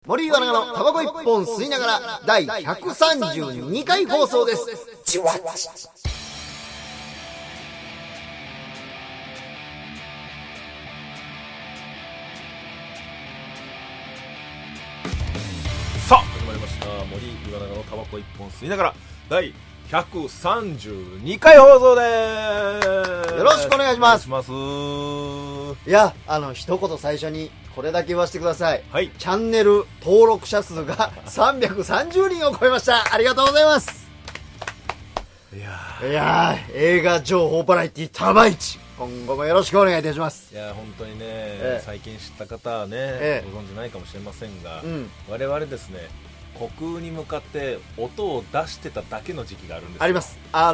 森岩永のタバコ一本吸いながら第132回放送です。じわっさあ始まりました森岩永のタバコ一本吸いながら第132回放送でーす。 よろしくお願いします。 お願いします。 いや、一言最初にこれだけ言わせてください。 はい。 チャンネル登録者数が330人を超えました。ありがとうございます。いやー、映画情報バラエティタバイチ、今後もよろしくお願いいたします。 いや本当にね、最近知った方はね、ご存じないかもしれませんが、我々ですね、虚空に向かって音を出してただけの時期があるんですよ。 あります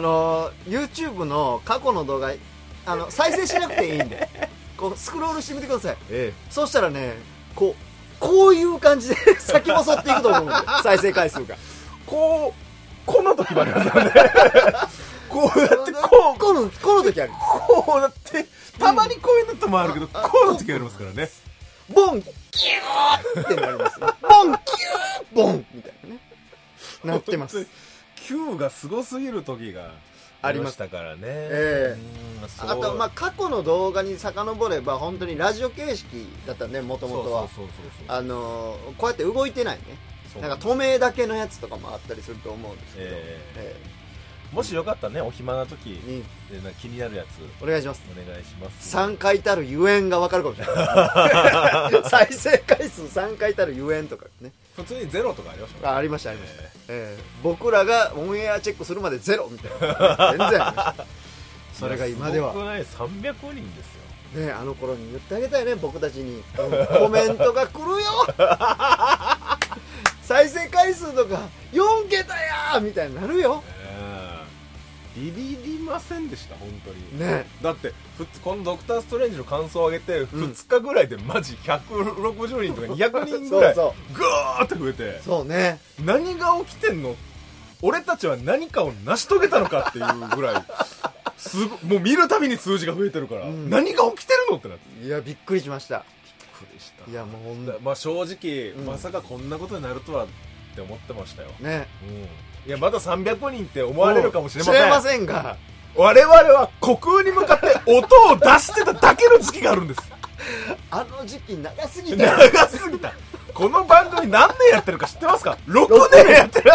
。YouTube の過去の動画、再生しなくていいんでこうスクロールしてみてください。そうしたらね、こういう感じで先細っていくと思うんで再生回数がこの時もありますよねこうやってこの時ある。 こうやってたまにこういうのともあるけど、この時ありますからね。 ボンキューってなりますね。ボンキューボンみたいなね、なってます。 Q がすごすぎる時がありましたからね。 あと、過去の動画に遡れば本当にラジオ形式だったね、もともとは。こうやって動いてないね、なんか透明だけのやつとかもあったりすると思うんですけど、 もしよかったらね、お暇な時に気になるやつお願いします。 お願いします。 3回たるゆえんが分かるかもしれない再生回数3回たるゆえんとかね。 普通にゼロとかありました。 ありました、僕らがオンエアチェックするまでゼロみたいな、全然ありましたそれが今ではすごくない？300人ですよね。あの頃に言ってあげたいね、僕たちに。コメントが来るよ再生回数とか4桁やーみたいになるよ。 ビビりませんでした、本当にね。 だってこのドクターストレンジの感想を上げて2日ぐらいでマジ160人とか200人ぐらいガーって増えて、 そうね、 何が起きてんの、俺たちは何かを成し遂げたのかっていうぐらいもう見るたびに数字が増えてるから、何が起きてるのってなって。 いや、びっくりしました。 びっくりした。 いや、もうほんと、 正直、まさかこんなことになるとはって思ってましたよね。いや、まだ300人って思われるかもしれませんが、 我々は虚空に向かって音を出してただけの時期があるんですあの時期長すぎた。 長すぎた。この番組何年やってるか知ってますか？6年やってる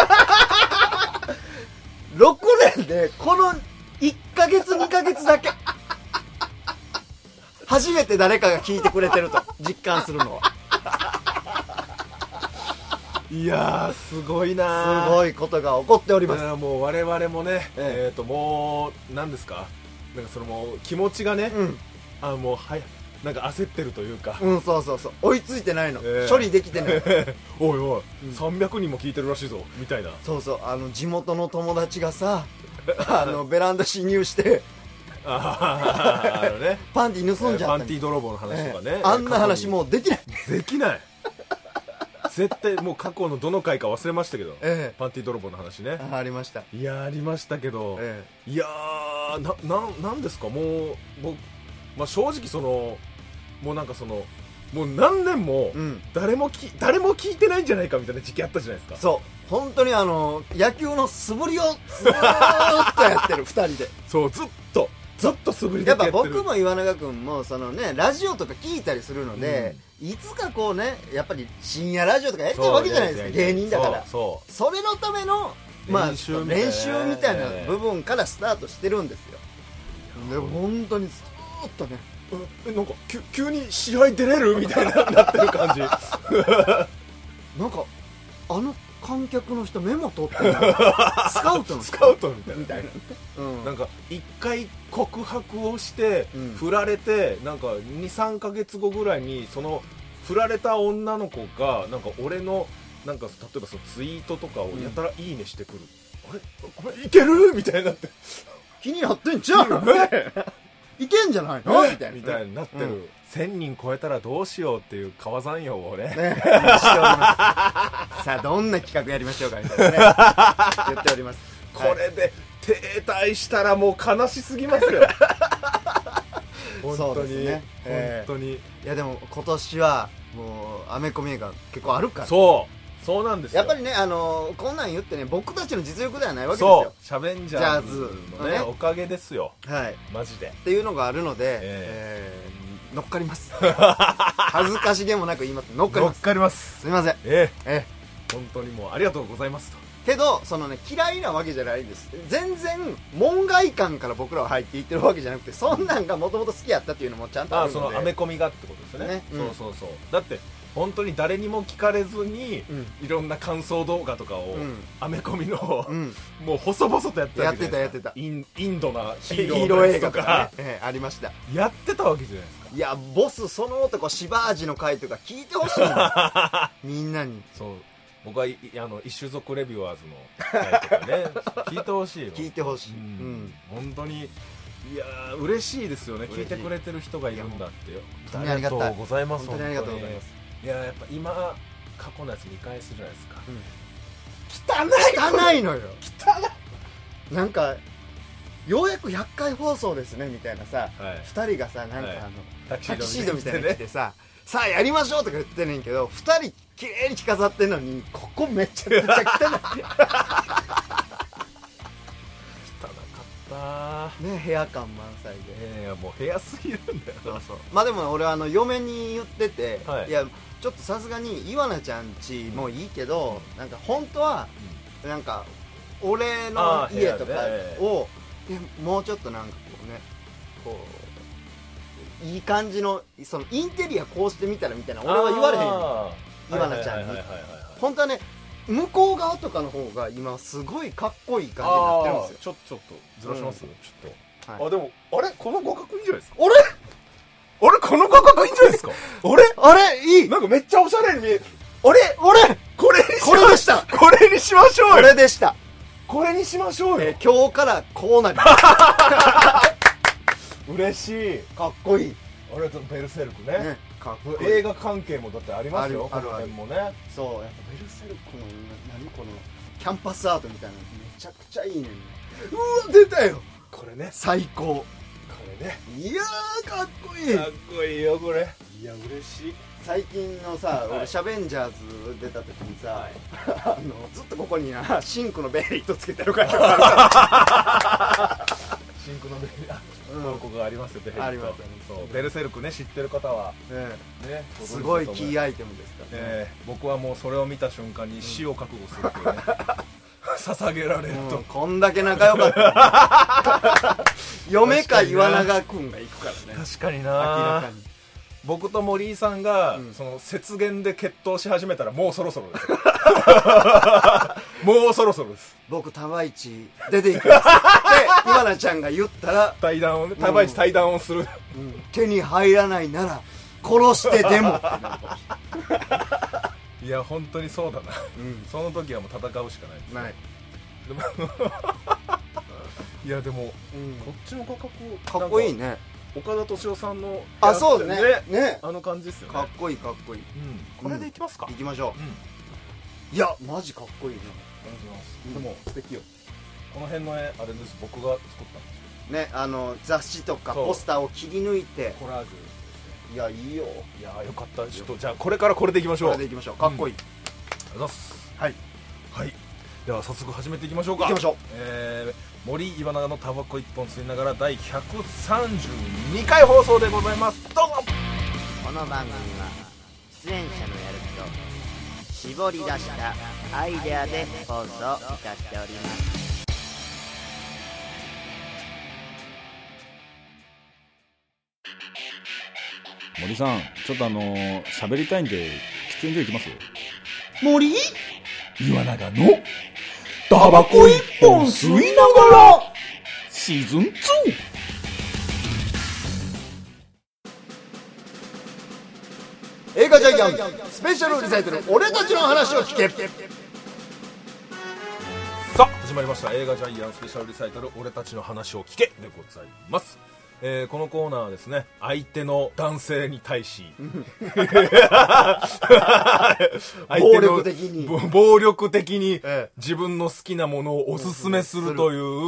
6年でこの1ヶ月2ヶ月だけ初めて誰かが聞いてくれてると実感するのはいやー、すごいなー。 すごいことが起こっております。 もう我々もね、もう何ですか、なんかそのもう気持ちがね、もうなんか焦ってるというか、 そう追いついてないの、処理できてないおいおい、300人も聞いてるらしいぞみたいな。 地元の友達がさベランダ侵入してパンティ盗んじゃった、 パンティ泥棒の話とかね、 あんな話もうできない絶対もう過去のどの回か忘れましたけど、パンティ泥棒の話ね、 ありました。 いや、ありましたけど、いやー、なんですか、もう僕、正直もうなんかもう何年も誰も聞いてないんじゃないかみたいな時期あったじゃないですか。 そう本当に野球の素振りをずーっとやってる2人でそうずっと素振りでやっぱ僕も岩永君もラジオとか聞いたりするので、いつかこうね、やっぱり深夜ラジオとかやりたいわけじゃないですか、芸人だから。それのための練習みたいな部分からスタートしてるんですよ。で本当にずっとね、 なんか急に試合出れるみたいななってる感じなんか観客の人メモ取ってるスカウトみたいな、 なんか一回告白をして振られて、なんか 2,3 ヶ月後ぐらいにその振られた女の子がなんか俺のなんか例えばそのツイートとかをやたらいいねしてくる、あれこれいけるみたいになって気になってんじゃんいけんじゃないのみたいになってる、1000人超えたらどうしようっていう川山用をねしておりますさあどんな企画やりましょうかみたいなね言っております。 これで停滞したらもう悲しすぎますよ本当に、 そうですね、 本当に。 いやでも今年はもうアメコミ映画結構あるから。 そうなんですよ。 やっぱりね、こんなん言ってね、僕たちの実力ではないわけですよ。 シャベンジャーズのね、おかげですよ。 はい。 マジで。 っていうのがあるので、乗っかります。恥ずかしげもなく言います。乗っかります。 乗っかります。 すみません。 本当にもうありがとうございますと。 けど、そのね、嫌いなわけじゃないんです。全然、門外観から僕らは入っていってるわけじゃなくて、そんなんがもともと好きやったっていうのもちゃんとあるので。 そのアメコミがってことですよね。そうだって、本当に誰にも聞かれずに、いろんな感想動画とかを、アメコミの、もう細々とやってたわけじゃないですか。インドなヒーロー映画とか、 ありました。 やってたわけじゃないですか。 いや、ボス、その男、シバージの回とか聞いてほしいな。みんなに。 そう。僕は一種族レビュアーズの回とかね、聞いてほしいよ。 聞いてほしい。 本当に、いやー、嬉しいですよね。聞いてくれてる人がいるんだってよ。 ありがとうございます。 本当にありがとうございます。 いや、やっぱ今過去のやつ見返すじゃないですか。汚いのよ。 汚い。 なんかようやく100回放送ですねみたいなさ、2人がさ、なんかタキシードみたいなの着てさ、さあやりましょうとか言ってんねんけど、2人綺麗に着飾ってんのに、ここめちゃくちゃ汚い。汚かったね、ヘア感満載で。 もうヘアすぎるんだよ。 そうまあでも俺嫁に言ってて、いやちょっとさすがにイワナちゃんちもいいけど、なんか本当はなんか俺の家とかをもうちょっとなんかこうね、こういい感じのそのインテリアこうしてみたらみたいな俺は言われへんよ、イワナちゃんに。本当はね、向こう側とかの方が今すごいかっこいい感じになってるんですよ。 ちょっとずらします、ちょっと。でもあれ、この画角いいんじゃないですか。 あれこの画角いいんじゃないですか。 あれいい。 なんかめっちゃおしゃれに見える。 これでした。 これにしましょうよ。 これでした。 これにしましょうよ。 今日からこうなります。 嬉しい。 かっこいい。 あれとベルセルクね。 かっこいい。 映画関係もだってありますよ。この辺もね。 そう、やっぱベルセルクの何このキャンパスアートみたいなのめちゃくちゃいいねん。うわ出たよ。 これね。 最高。これね。 いやーかっこいい。 かっこいいよこれ。いや嬉しい。 最近のさ、俺シャベンジャーズ出た時にさ、ずっとここになシンクのベリーとつけてるから。 シンクのベリー。ここがありますよ。 あります。 ベルセルクね、知ってる方はね、すごいキーアイテムですからね。 僕はもうそれを見た瞬間に死を覚悟するっていうね。捧げられると。 こんだけ仲良かった。嫁か岩永君が行くからね。 確かにな。 明らかに。 僕と森井さんが、その雪原で決闘し始めたらもうそろそろです。もうそろそろです。 僕タバイチ出ていきます。で岩名ちゃんが言ったら対談をね、タバイチ対談をする。 手に入らないなら殺してでも。 いや本当にそうだな。その時はもう戦うしかないです。 ない。 いやでもこっちの画角かっこいいね。 岡田敏夫さんのそうね、 あの感じですよね。 かっこいいかっこいい。 これでいきますか。 いきましょう。いやマジかっこいいな。 でも素敵よ。この辺の絵あれです、僕が作ったんですよね。雑誌とかポスターを切り抜いてコラージュ。 いやいいよ。 いやよかった。ちょっとじゃあこれからこれでいきましょう。 これでいきましょう。かっこいい。 ありがとうございます。 はいはい。では早速始めていきましょうか。 いきましょう。 森岩永のタバコ一本吸いながら第132回放送でございます。どうぞ。 この番組は出演者のやる気と絞り出したアイデアで放送いたしております。 森さん、ちょっと喋りたいんで喫煙所行きます？ 森岩永のタバコ一本吸いながらシーズン2。 映画ジャイアンスペシャルリサイタル俺たちの話を聞け。 さあ始まりました映画ジャイアンスペシャルリサイタル俺たちの話を聞けでございます。このコーナーはですね、相手の男性に対し暴力的に自分の好きなものをおすすめするという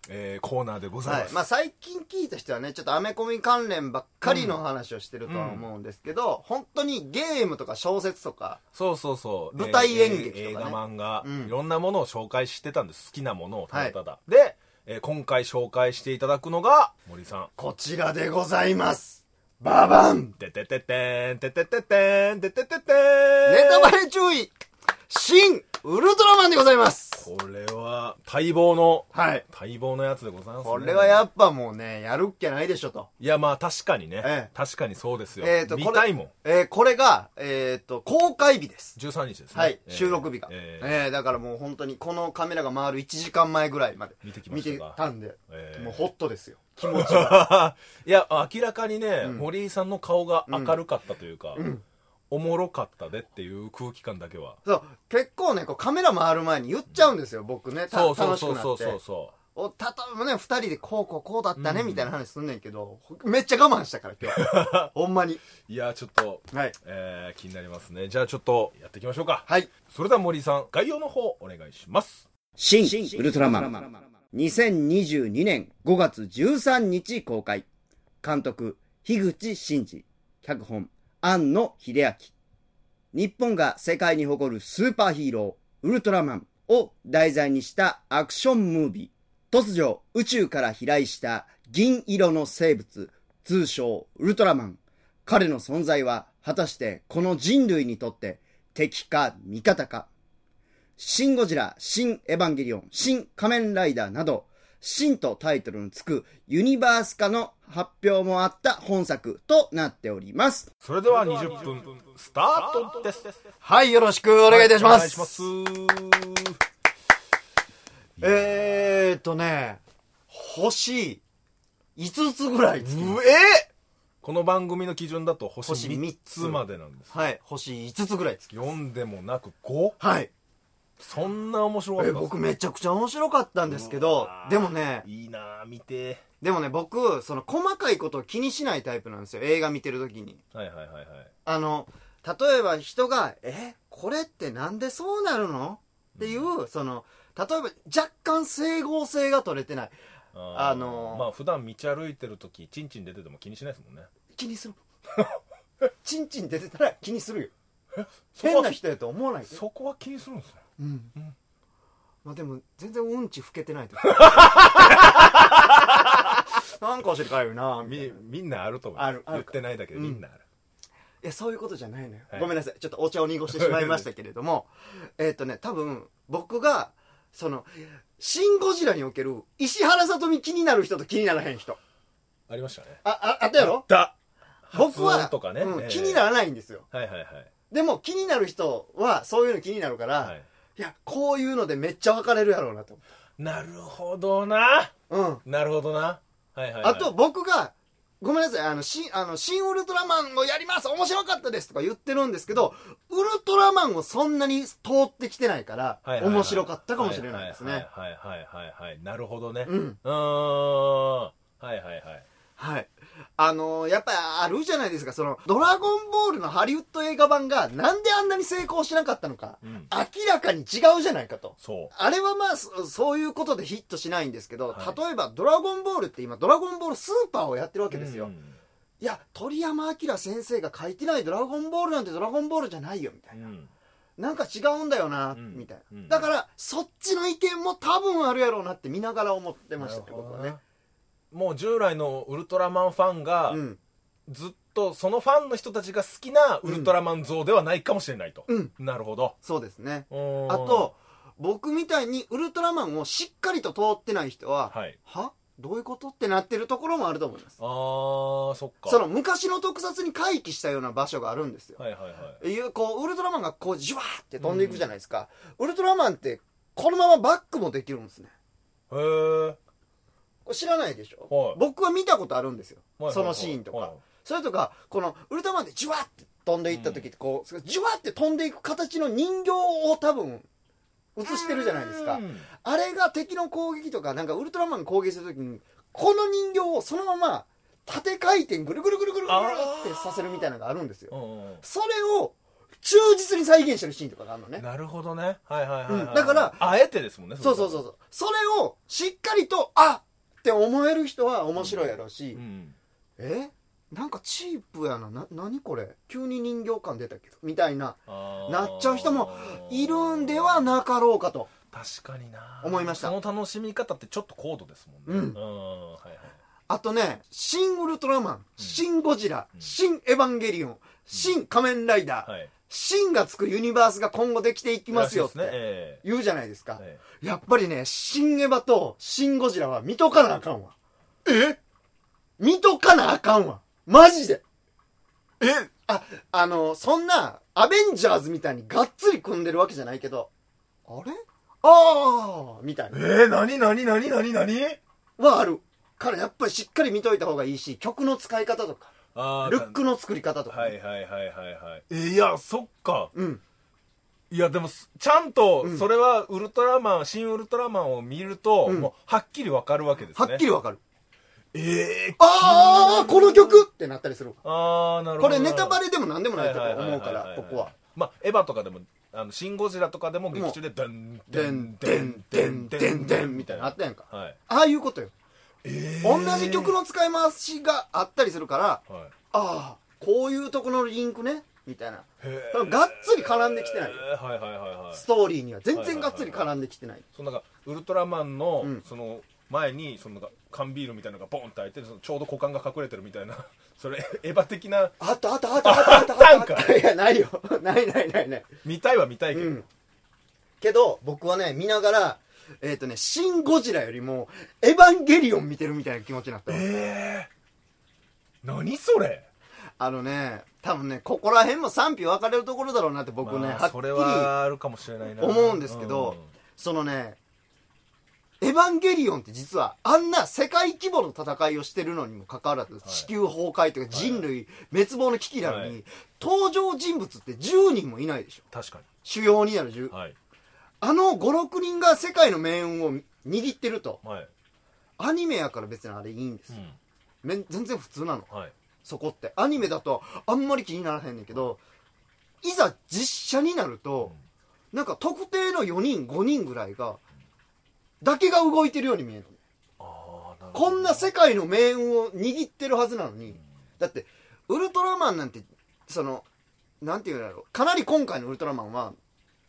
コーナーでございます。 まあ最近聞いた人はね、ちょっとアメコミ関連ばっかりの話をしてるとは思うんですけど、本当にゲームとか小説とか、 そうそうそう。 舞台演劇とかね、 映画、漫画、 うんいろんなものを紹介してたんです。好きなものをただただ。 はで、今回紹介していただくのが、森さん。 こちらでございます。ババンててててん、ててててん、ててててん。 ネタバレ注意新ウルトラマンでございます。 これは、待望の、 はい。 待望のやつでございますね。 これはやっぱもうね、やるっきゃないでしょと。 いや、まあ確かにね。 ええ確かにそうですよ。見これたいもん。 これが、公開日です。 13日ですね。 はい、収録日が。 えだからもう本当にこのカメラが回る1時間前ぐらいまで見てきましたか。 見てたんで、 えもうホットですよ。気持ちが。 いや、明らかにね、 うん森井さんの顔が明るかったというか、 うんおもろかったでっていう空気感だけは。 そう、結構ね、こうカメラ回る前に言っちゃうんですよ、僕ね。 そうそう楽しくなって。 そうそうそう例えばね、2人でこうだったね、みたいな話すんねんけど、めっちゃ我慢したから今日。ほんまに。 いや、ちょっと、 はい。 気になりますね。じゃあちょっとやっていきましょうか。 はい。 それでは森井さん、概要の方お願いします。 新ウルトラマン2022年5月13日公開。監督樋口真嗣、脚本庵野秀明。日本が世界に誇るスーパーヒーローウルトラマンを題材にしたアクションムービー。突如宇宙から飛来した銀色の生物、通称ウルトラマン。彼の存在は果たしてこの人類にとって敵か味方か。シン・ゴジラ、シン・エヴァンゲリオン、シン・仮面ライダーなど、シンとタイトルのつくユニバース化の発表もあった本作となっております。 それでは20分スタートです。 はい、よろしくお願いいたします。 お願いします。 星5つぐらいつきます。 この番組の基準だと星星 3つまでなんです。 はい、星5つぐらいつきます。 4でもなく 5？ はい。 そんな面白かった。 僕めちゃくちゃ面白かったんですけど、でもね、 いいなぁ、見て。 でもね、僕、その細かいことを気にしないタイプなんですよ、映画見てるときに。 はいはいはいはい。 例えば人が、これってなんでそうなるのっていう、その、例えば若干整合性が取れてない。 まあ普段道歩いてるとき、チンチン出てても気にしないですもんね。 気にする。チンチン出てたら気にするよ。変な人やと思わないで。 そこは気にするんですね。 まあでも全然うんち老けてないとなんか教えて帰るなみんなあると思う。 ある言ってないだけでみんなある。 いや、そういうことじゃないのよ、 はい、 ごめんなさい、ちょっとお茶を濁してしまいましたけれども多分僕がそのシン・ゴジラにおける石原さとみ気になる人と気にならへん人ありましたね。 あったやろ。僕は、 とかね、 気にならないんですよ。 はいはいはい。 でも気になる人はそういうの気になるから、いや、こういうのでめっちゃ分かれるやろうなと思う。なるほどな。なるほどな。はいはいはい。 あと僕が、ごめんなさい、新ウルトラマンをやります、面白かったですとか言ってるんですけど、ウルトラマンをそんなに通ってきてないから、面白かったかもしれないですね。 はいはいはいはい。なるほどね。はいはいはい。 はい。やっぱりあるじゃないですか、その、ドラゴンボールのハリウッド映画版がなんであんなに成功しなかったのか、明らかに違うじゃないかと。あれはまあ、そういうことでヒットしないんですけど、例えばドラゴンボールって今、ドラゴンボールスーパーをやってるわけですよ。いや、鳥山明先生が書いてないドラゴンボールなんてドラゴンボールじゃないよ、みたいな。なんか違うんだよな、みたいな。だから、そっちの意見も多分あるやろうなって見ながら思ってましたね、僕はね。 もう従来のウルトラマンファンが、ずっとそのファンの人たちが好きなウルトラマン像ではないかもしれないと。なるほど。 そうですね。あと、僕みたいにウルトラマンをしっかりと通ってない人は、はどういうことってなってるところもあると思います。 そっか。 その昔の特撮に回帰したような場所があるんですよ。こう、ウルトラマンがこう、ジュワーって飛んでいくじゃないですか。ウルトラマンって、このままバックもできるんですね。知らないでしょ、僕は見たことあるんですよ、そのシーンとか、それとかこのウルトラマンでジュワって飛んでいった時ってこう、ジュワって飛んでいく形の人形を多分映してるじゃないですか。あれが敵の攻撃とか、なんかウルトラマンが攻撃する時にこの人形をそのまま縦回転ぐるぐるぐるぐるぐるってさせるみたいなのがあるんですよ。それを忠実に再現してるシーンとかがあるのね。 なるほどね。はいはいはい、はい、 だからあえてですもんね。 そうそれをしっかりとあって思える人は面白いやろうし、なんかチープやな、何これ急に人形感出たけどみたいななっちゃう人もいるんではなかろうかと確かにな思いました。 その楽しみ方ってちょっと高度ですもんね。 はいはい、あとね、新ウルトラマン、新ゴジラ、新エヴァンゲリオン、新仮面ライダー、新がつくユニバースが今後できていきますよって言うじゃないですか。やっぱりね、新エヴァと新ゴジラは見とかなあかんわ。見とかなあかんわ。マジで。そんな、アベンジャーズみたいにがっつり組んでるわけじゃないけど、あれみたいな。 何はある。からやっぱりしっかり見といた方がいいし、曲の使い方とか、ルックの作り方とか。 はい。いや、そっか。いや、でも、ちゃんと、それはウルトラマン、新ウルトラマンを見ると、もう、はっきりわかるわけですね。 はっきりわかる。 この曲ってなったりする。 なるほど。 これネタバレでも何でもないと思うから、ここは。 まあ、エヴァとかでも、シン・ゴジラとかでも劇中で、デンみたいな。 あったやんか。ああいうことよ。同じ曲の使い回しがあったりするから、こういうところのリンクねみたいな、がっつり絡んできてない。ストーリーには全然がっつり絡んできてない。 そのなんかウルトラマンのその前にその缶ビールみたいなのがボンって開いて、ちょうど股間が隠れてるみたいな、それエヴァ的な。 あったんか。いや、ないよ。ない。 見たいけど、 けど僕はね、見ながらシン・ゴジラよりもエヴァンゲリオン見てるみたいな気持ちになった。 何それ。 多分ね、ここら辺も賛否分かれるところだろうなって僕ね、はっきりそれはあるかもしれないな思うんですけど、そのね、エヴァンゲリオンって実はあんな世界規模の戦いをしてるのにもかかわらず、地球崩壊とか人類滅亡の危機なのに、登場人物って10人もいないでしょ。 確かに主要になる10、あの5、6人が世界の命運を握ってると、アニメやから別にあれいいんですよ、全然普通なの、そこってアニメだとあんまり気にならへんねんけど、いざ実写になると、なんか特定の4人5人ぐらいだけが動いてるように見えるの。こんな世界の命運を握ってるはずなのに、だってウルトラマンなんてなんていうんだろう、かなり今回のウルトラマンは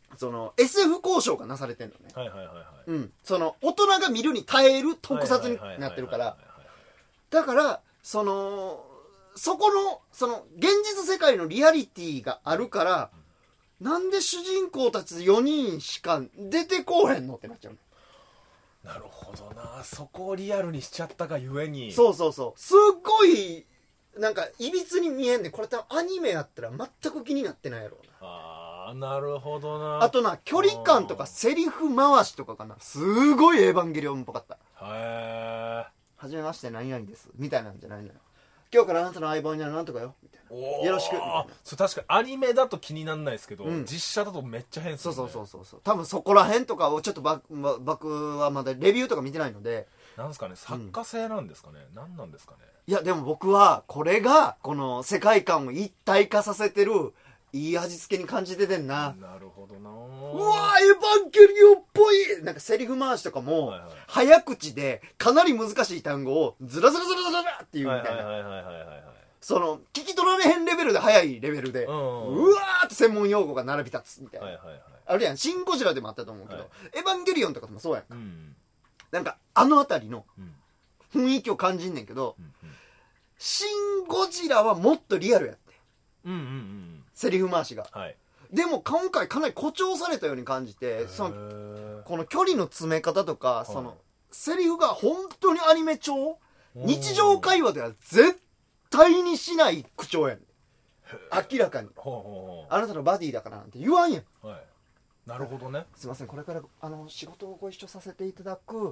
SF 交渉がなされてるのね。大人が見るに耐える特撮になってるから、だからそこの現実世界のリアリティがあるから、なんで主人公たち4人しか出てこうへんのってなっちゃうの。 なるほどな、そこをリアルにしちゃったがゆえに。 そうすっごいなんかいびつに見えんねん。これ多分アニメやったら全く気になってないやろうな。 なるほどな。 あと距離感とかセリフ回しとかかな、すごいエヴァンゲリオンっぽかった。はじめまして何々ですみたいなんじゃないのよ。今日からあなたの相棒になるなんとかよみたいな、よろしくみたいな。 それ確かにアニメだと気にならないですけど、実写だとめっちゃ変ですよね。 そう多分そこら辺とかをちょっと僕はまだレビューとか見てないので、 なんですかね、作家性なんですかね、何なんですかね。 いやでも僕はこれがこの世界観を一体化させてるいい味付けに感じててんな。 なるほどな。 うわー、エヴァンゲリオンっぽい。なんかセリフ回しとかも、早口でかなり難しい単語をズラズラっていうみたいな、聞き取られへんレベルで早いレベルで、うわーって専門用語が並び立つみたいな、あるやん。シン・ゴジラでもあったと思うけど、エヴァンゲリオンとかでもそうやんか、なんかあの辺りの雰囲気を感じんねんけど、シン・ゴジラはもっとリアルやって、セリフ回しが、でも今回かなり誇張されたように感じて、この距離の詰め方とか、セリフが本当にアニメ調、日常会話では絶対にしない口調やん。明らかにあなたのバディだからなんて言わんやん。 なるほどね。 すいません、これから仕事をご一緒させていただく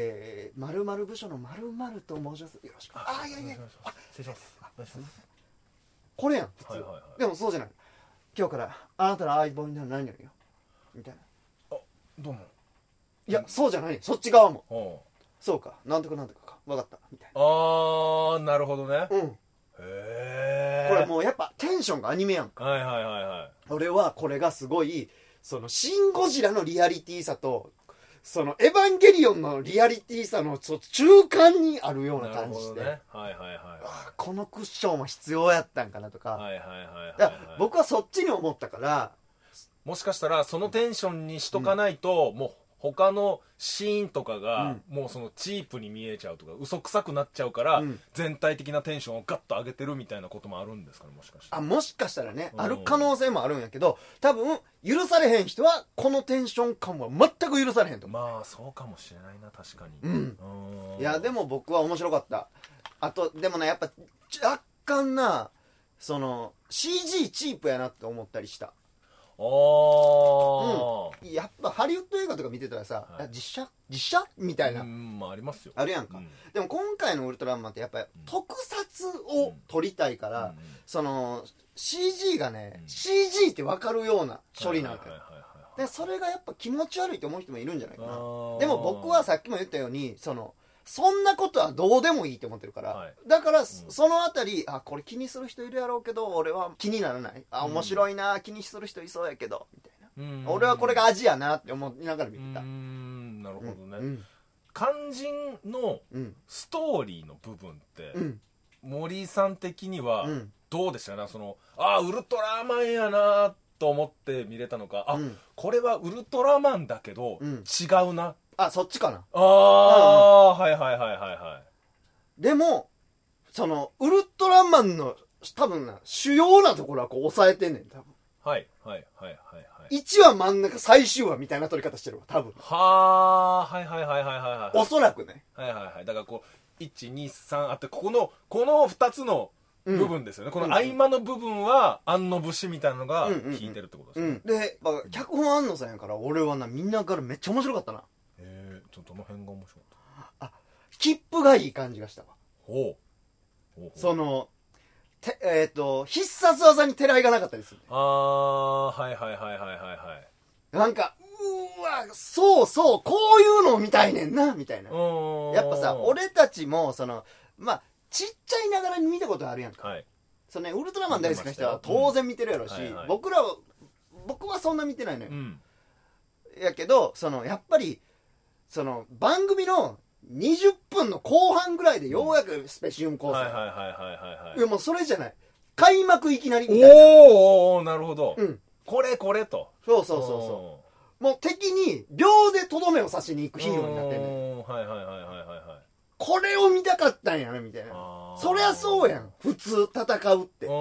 〇〇部署の〇〇と申します。よろしく。いや失礼します。 これやん普通、でもそうじゃない。今日からあなたの相棒になる何々よみたいな。 どうも。 いやそうじゃない、そっち側もそうか、なんとかなんとかか分かったみたいな。 なるほどね。 へえ。 これもうやっぱテンションがアニメやんか。 はいはいはいはい。 俺はこれがすごいそのシン・ゴジラのリアリティさとそのエヴァンゲリオンのリアリティさの中間にあるような感じで、 ね、はいはいはい、 このクッションは必要やったんかなとか、 はいはいはいはい、 だから僕はそっちに思ったから、 もしかしたらそのテンションにしとかないと、もう他のシーンとかがもうそのチープに見えちゃうとか嘘くさくなっちゃうから、全体的なテンションをガッと上げてるみたいなこともあるんですかね、もしかして。 もしかしたらね、ある可能性もあるんやけど、多分許されへん人はこのテンション感は全く許されへんと思う。 まあそうかもしれないな、確かに。 いやでも僕は面白かった。あとでもね、やっぱ若干なその CG チープやなって思ったりした。やっぱハリウッド映画とか見てたらさ、実写みたいな、 まあありますよ、 あるやんか、でも今回のウルトラマンってやっぱり特撮を撮りたいから、その CG がね、CG って分かるような処理なんだよ。でそれがやっぱ気持ち悪いと思う人もいるんじゃないかな。でも僕はさっきも言ったようにそんなことはどうでもいいと思ってるから、だからそのあたり、これ気にする人いるやろうけど俺は気にならない。面白いな、気にする人いそうやけどみたいな、俺はこれが味やなって思いながら見てた。 なるほどね、肝心のストーリーの部分って、森さん的にはどうでしたか、ウルトラマンやなと思って見れたのか、これはウルトラマンだけど違うな、 そっちかな。 はいはいはいはいはい。 でもウルトラマンの多分な主要なところはこう抑えてんねん多分。 はいはいはいはいはい。 1話真ん中最終話みたいな撮り方してるわ多分。 はいはいはいはいはい。 おそらくね。 はいはいはい。だからこう123あってこの2つの部分ですよね、この合間の部分は庵野節みたいなのが効いてるってことですね。 で脚本庵野さんやから俺はな、みんなからめっちゃ面白かったな。 ちょっとどの辺が面白かった。 切符がいい感じがしたわ。 ほう必殺技にてらいがなかったでする、ね。 はいはいはいはいはいはい。 なんかそうそうこういうのを見たいねんなみたいな。やっぱさ俺たちもちっちゃいながらに見たことあるやんか、ウルトラマン大好きな人は当然見てるやろし、僕はそんな見てないのよ、やけどやっぱり番組の20分の後半ぐらいでようやくスペシウム構成、いやもうそれじゃない開幕いきなりみたいな。 なるほど、これとそうもう敵に秒でとどめを刺しに行くヒーローになってんねん。これを見たかったんやなみたいな。そりゃそうやん普通戦うって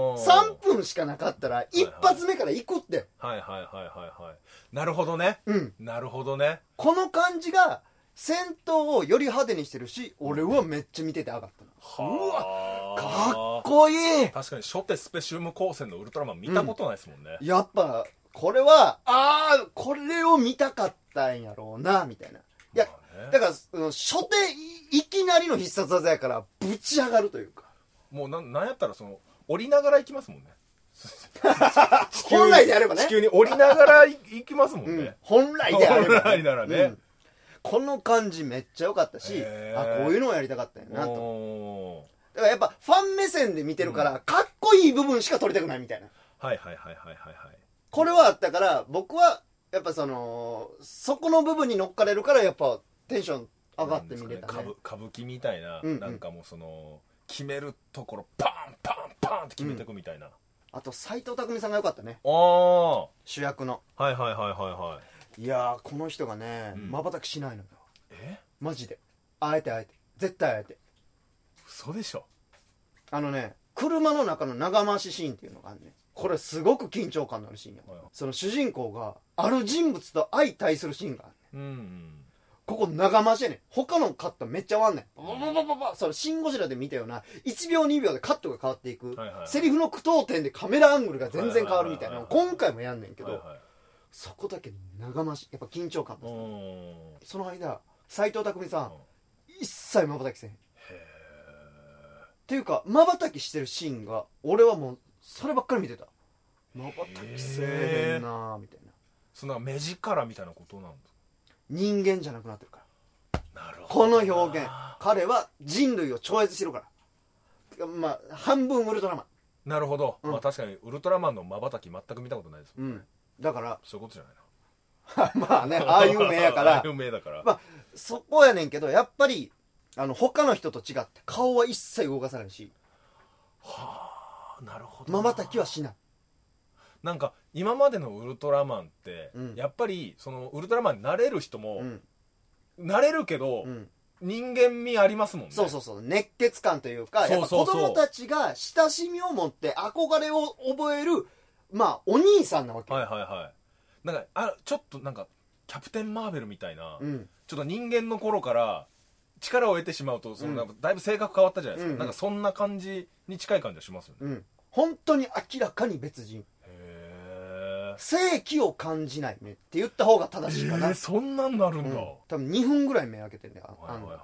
3分しかなかったら一発目から行くって。 なるほどね、なるほどね。 この感じが戦闘をより派手にしてるし、俺はめっちゃ見てて上がったな。うわかっこいい。 確かに初手スペシウム光線のウルトラマン見たことないですもんね、 やっぱこれはこれを見たかったんやろうなみたいな。いやだから初手いきなりの必殺技やからぶち上がるというか、 もうなんやったら降りながら行きますもんね本来であればね、 地球に降りながら行きますもんね、 本来であれば、 本来ならね、 この感じめっちゃ良かったし、こういうのをやりたかったんやなと。だからやっぱファン目線で見てるから、かっこいい部分しか撮りたくないみたいな。これはあったから僕はやっぱそこの部分に乗っかれるからやっぱテンション上がって見れたね。 歌舞伎みたいな、なんかもう決めるところパンパンパンって決めていくみたいな、 あと斎藤工さんが良かったね、主役の。いやこの人がね瞬きしないのよ。マジであえて絶対あえて。 嘘でしょ。 車の中の長回しシーンっていうのがあるね。これすごく緊張感のあるシーンや、その主人公がある人物と相対するシーンがあるね、ここ長回しやねん。他のカットめっちゃ終わんねん。それシン・ゴジラで見たような1秒2秒でカットが変わっていく、セリフの句読点でカメラアングルが全然変わるみたいなの今回もやんねんけど、そこだけ長回し、やっぱ緊張感です。その間斎藤工さん一切まばたきせへん。っていうかまばたきしてるシーンが俺はもうそればっかり見てた。まばたきせえへんなみたいな。 そんな目力みたいなことなんですか。 人間じゃなくなってるから。 なるほど。 この表現、彼は人類を超越してるから。 まあ半分ウルトラマン。 なるほど、 うんまあ確かにウルトラマンの瞬き全く見たことないですもんね、 だからそういうことじゃないなまあね、ああいう目やかあらあいう目だから、 まあそこやねんけど、やっぱり他の人と違って顔は一切動かさないし、 はあなるほど。 瞬きはしない。 なんか今までのウルトラマンって、やっぱりそのウルトラマンになれる人も、なれるけど、人間味ありますもんね。 そうそうそう、熱血感というか、やっぱ子供たちが親しみを持って憧れを覚える、まあお兄さんなわけ。 はいはいはい。なんかちょっとなんかキャプテンマーベルみたいな、ちょっと人間の頃から力を得てしまうとその、だいぶ性格変わったじゃないですか、なんかそんな感じに近い感じはしますよね。 本当に明らかに別人。正気を感じないねって言った方が正しいかな。 そんなんなるんだ、 多分2分ぐらい目開けてんだよ。 はいはいはいはい。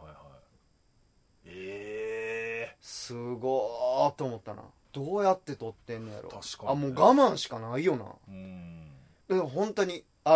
すごーと思ったな。どうやって撮ってんのやろ。 確かに、 もう我慢しかないよな。でも本当にあ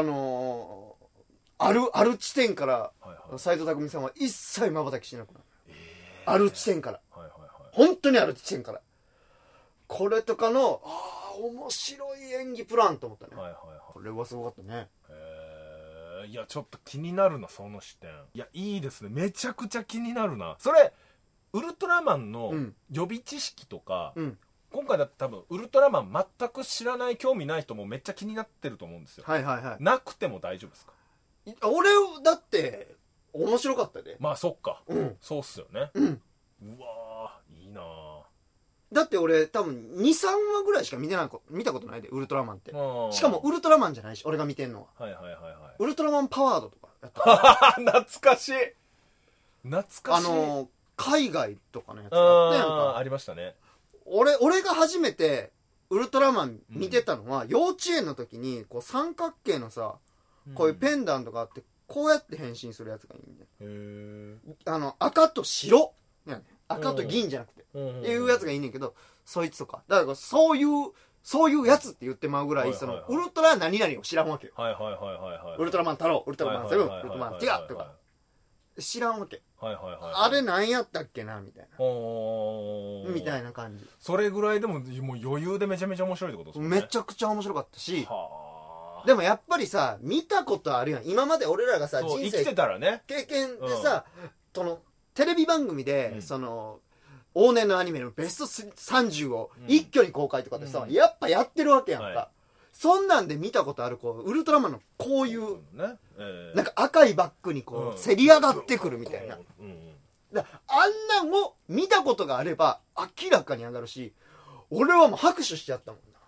る地点から斎藤工さんは一切瞬きしなくなる。ある地点から、本当にある地点から。これとかの面白い演技プランと思ったね。これはすごかったね。 いやちょっと気になるなその視点。いやいいですね、めちゃくちゃ気になるな。それウルトラマンの予備知識とか、今回だって多分ウルトラマン全く知らない興味ない人もめっちゃ気になってると思うんですよ。なくても大丈夫ですか？ 俺だって面白かったで。 まあそっか、そうっすよね。うわいいな。 だって俺多分 2,3 話ぐらいしか見たことないで、ウルトラマンって。しかもウルトラマンじゃないし、俺が見てんのは。ウルトラマンパワードとかやった懐かしい懐かしい。 海外とかのやつあったやんか。 ありましたね。 俺が初めてウルトラマン見てたのは、幼稚園の時にこう三角形のさ、こういうペンダントがあってこうやって変身するやつがいいんだよ。赤と白、赤と銀じゃなくていうやつがいいねんけど、そいつとかだからそういうやつって言ってまうぐらい、そのウルトラ何々を知らんわけよ。ウルトラマン太郎、ウルトラマンセブン、ウルトラマンティガとか知らんわけ。あれ何やったっけなみたいな感じ。 それぐらいでももう余裕でめちゃめちゃ面白いってことですもんね。 めちゃくちゃ面白かったし、でもやっぱりさ、見たことあるやん。今まで俺らがさ、人生生きてたらね、 経験でさ、テレビ番組で、往年のアニメのベスト30を一挙に公開とかでさ、やっぱやってるわけやんか。そんなんで見たことあるウルトラマンのこういうなんか赤いバッグにこうせり上がってくるみたいな、あんなんを見たことがあれば明らかに上がるし、俺はもう拍手しちゃったもんな。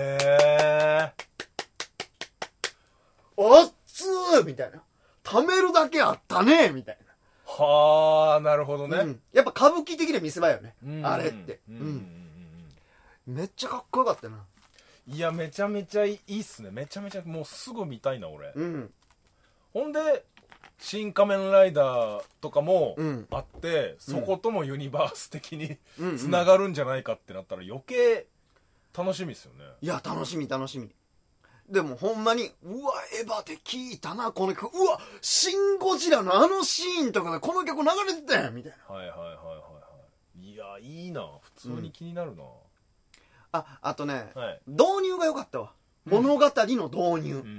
おっつーみたいな、貯めるだけあったねみたいな。 なるほどね、 やっぱ歌舞伎的な見せ場よね、あれって。めっちゃかっこよかったな。 いやめちゃめちゃいいっすね。めちゃめちゃもうすぐ見たいな俺。ほんで新仮面ライダーとかもあって、そこともユニバース的につながるんじゃないかってなったら余計楽しみですよね。 いや楽しみ。でもほんまにうわエヴァで聞いたなこの曲、うわシン・ゴジラのあのシーンとかでこの曲流れてたやんみたいな。 いやいいな、普通に気になるな。 あとね、導入が良かったわ、物語の導入。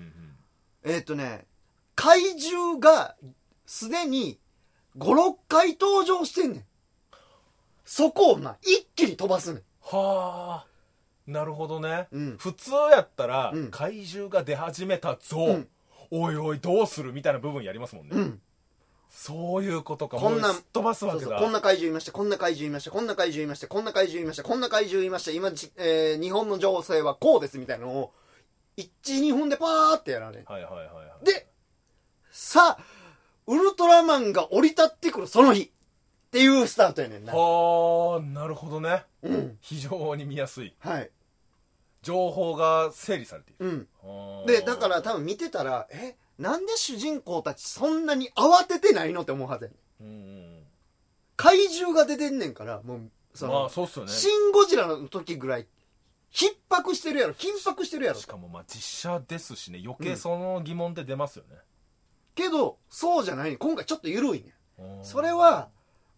怪獣がすでに 5,6 回登場してんねん。そこを一気に飛ばすねん。 なるほどね、普通やったら、怪獣が出始めたぞ、おいおいどうするみたいな部分やりますもんね、そういうことか。こんな飛ばすわけだ。 こんな怪獣いました、こんな怪獣いました、こんな怪獣いました、こんな怪獣いました、こんな怪獣いました、今、日本の情勢はこうですみたいなのを 1,2 分でパーってやられる。でさあウルトラマンが降り立ってくるその日っていうスタートやねんな。 なるほどね、非常に見やすい、情報が整理されている、でだから多分見てたらなんで主人公たちそんなに慌ててないのって思うはずやねん。怪獣が出てんねんから、もうそうっすよね。 シン・ゴジラの時ぐらい緊迫してるやろ。 しかも実写ですしね、余計その疑問って出ますよね、 けどそうじゃないねん。今回ちょっと緩いねん。それは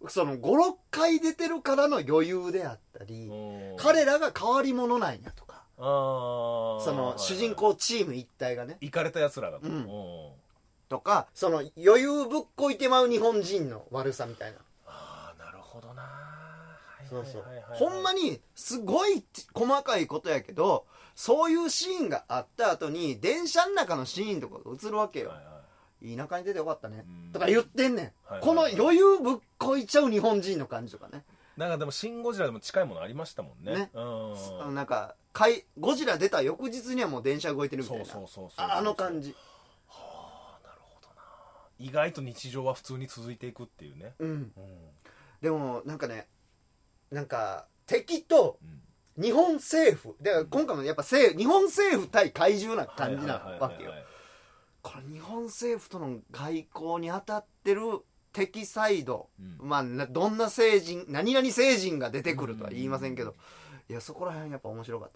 その5、6回出てるからの余裕であったり、彼らが変わり者なんやとか、その主人公チーム一体がね、 イかれた奴らだと、 とか、その余裕ぶっこいてまう日本人の悪さみたいな。 なるほどな。 そうそう。ほんまにすごい細かいことやけど、そういうシーンがあった後に電車の中のシーンとかが映るわけよ。田舎に出てよかったねとか言ってんねん、この余裕ぶっこいちゃう日本人の感じとかね。 なんかでもシン・ゴジラでも近いものありましたもんね。 なんかゴジラ出た翌日にはもう電車動いてるみたいな、あの感じ。 はあ、なるほどな。意外と日常は普通に続いていくっていうね。 でもなんかね、なんか敵と日本政府で、今回もやっぱ日本政府対怪獣な感じなわけよ。この日本政府との外交に当たってる敵サイド、まあどんな政人、何々政人が出てくるとは言いませんけど、いやそこら辺やっぱ面白かった。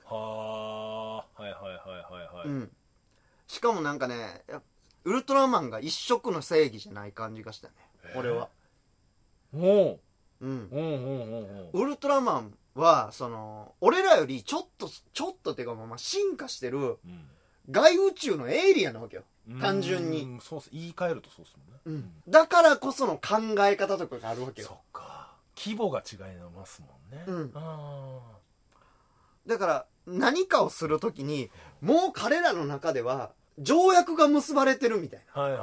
しかもなんかね、ウルトラマンが一色の正義じゃない感じがしたね、俺は。ウルトラマンはその俺らよりちょっとっていうか、まあ進化してる外宇宙のエイリアンなわけよ、単純に。 そう言い換えるとそうですもんね。 だからこその考え方とかがあるわけよ。 そっか、規模が違いますもんね。 だから何かをするときにもう彼らの中では条約が結ばれてるみたい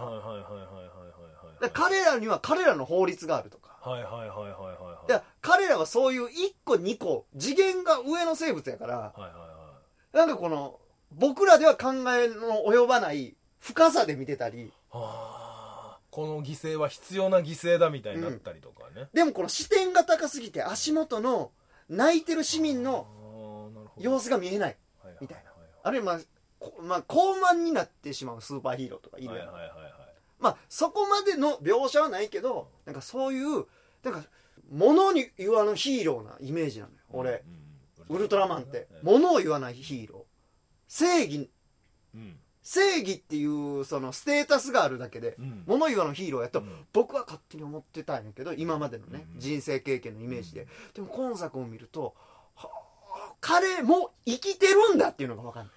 な。彼らには彼らの法律があるとか、彼らはそういう1個2個次元が上の生物やから、なんかこの僕らでは考えの及ばない深さで見てたり、 この犠牲は必要な犠牲だみたいになったりとかね。 でもこの視点が高すぎて足元の泣いてる市民の様子が見えないみたいな。あるいはまあ高慢になってしまうスーパーヒーローとかいるやん。まあそこまでの描写はないけど、なんかそういうなんか物に言わぬヒーローなイメージなのよ俺。ウルトラマンって物を言わないヒーロー、正義っていうそのステータスがあるだけで物言わぬヒーローやと僕は勝手に思ってたんやけど、今までのね人生経験のイメージで。でも今作を見ると彼も生きてるんだっていうのが分かんない。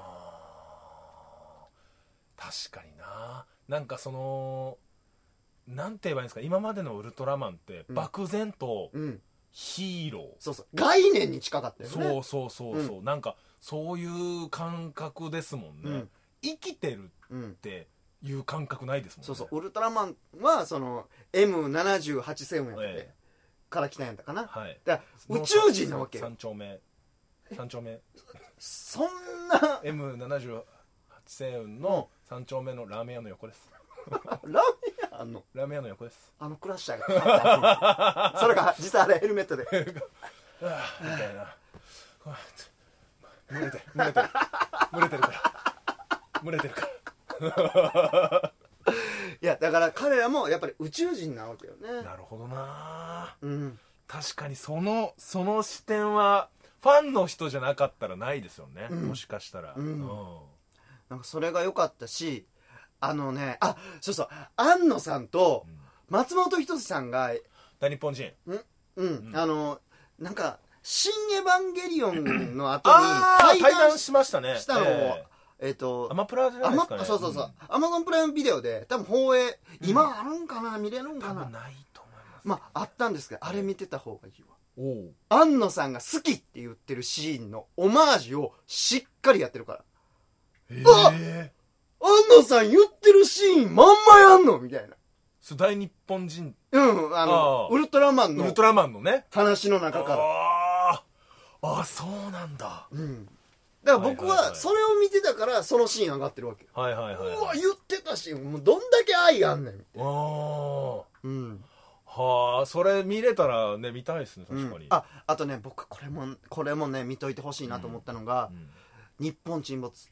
確かにな。なんかそのなんて言えばいいんですか、今までのウルトラマンって漠然とヒーロー、 概念に近かったよね。 そう、なんかそういう感覚ですもんね。生きてるっていう感覚ないですもんね。 ウルトラマンはその M78 星雲やってから来たんやったかな。だから宇宙人なわけよ。 3丁目そんな M78 星雲の3丁目のラーメン屋の横です。 ラーメン屋あんの？ ラーメン屋の横です。 クラッシャーがそれが実はあれヘルメットでみたいな。蒸れてるからいやだから彼らもやっぱり宇宙人なわけよね。 なるほどな。確かにその視点はファンの人じゃなかったらないですよね、もしかしたら。 なんかそれが良かったし、そう庵野さんと松本人志さんが大日本人なんか新エヴァンゲリオンの後に対談しましたね。 したのをアマプラじゃないですかね。 そうアマゾンプライムビデオで多分放映今あるんかな、見れるんかな。 多分ないと思います。 まああったんですけど、あれ見てた方がいいわ。庵野さんが好きって言ってるシーンのオマージュをしっかりやってるから、庵野さん言ってるシーンまんまやんのみたいな。 大日本人ウルトラマンのね話の中から。 そうなんだ。 だから僕はそれを見てたからそのシーン上がってるわけよ。うわ言ってたし、もうどんだけ愛あんねんみたいな。 それ見れたらね見たいですね、確かに。 あとね、僕これもね見といてほしいなと思ったのが日本沈没。